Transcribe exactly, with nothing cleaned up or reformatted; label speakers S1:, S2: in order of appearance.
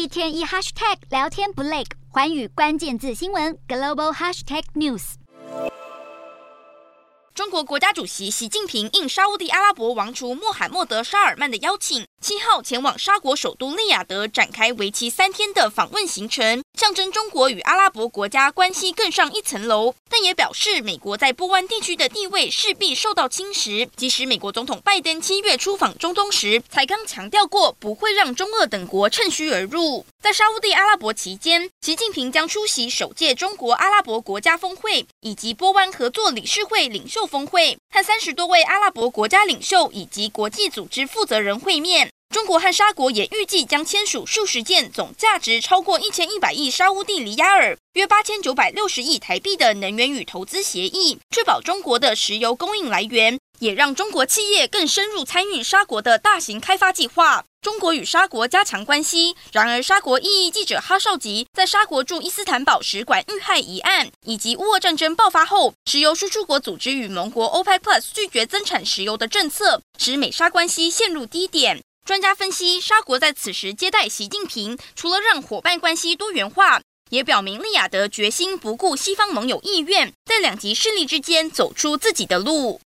S1: 一天一 hashtag 聊天不累，寰宇关键字新闻 global hashtag news。
S2: 中国国家主席习近平应沙烏地阿拉伯王储穆罕默德·沙尔曼的邀请，七号前往沙国首都利雅得展开为期三天的访问行程，象征中国与阿拉伯国家关系更上一层楼，但也表示美国在波湾地区的地位势必受到侵蚀。即使美国总统拜登七月出访中东时，才刚强调过不会让中俄等国趁虚而入。在沙烏地阿拉伯期间，习近平将出席首届中国阿拉伯国家峰会以及波湾合作理事会领袖峰会，和三十多位阿拉伯国家领袖以及国际组织负责人会面。中国和沙国也预计将签署数十件总价值超过一千一百亿沙烏地里亚尔约八千九百六十亿台币的能源与投资协议，确保中国的石油供应来源，也让中国企业更深入参与沙国的大型开发计划。中国与沙国加强关系，然而沙国异议记者哈绍吉在沙国驻伊斯坦堡使馆遇害一案，以及乌俄战争爆发后，石油输出国组织与盟国 OPEC Plus 拒绝增产石油的政策，使美沙关系陷入低点。专家分析，沙国在此时接待习近平，除了让伙伴关系多元化，也表明利雅得决心不顾西方盟友意愿，在两极势力之间走出自己的路。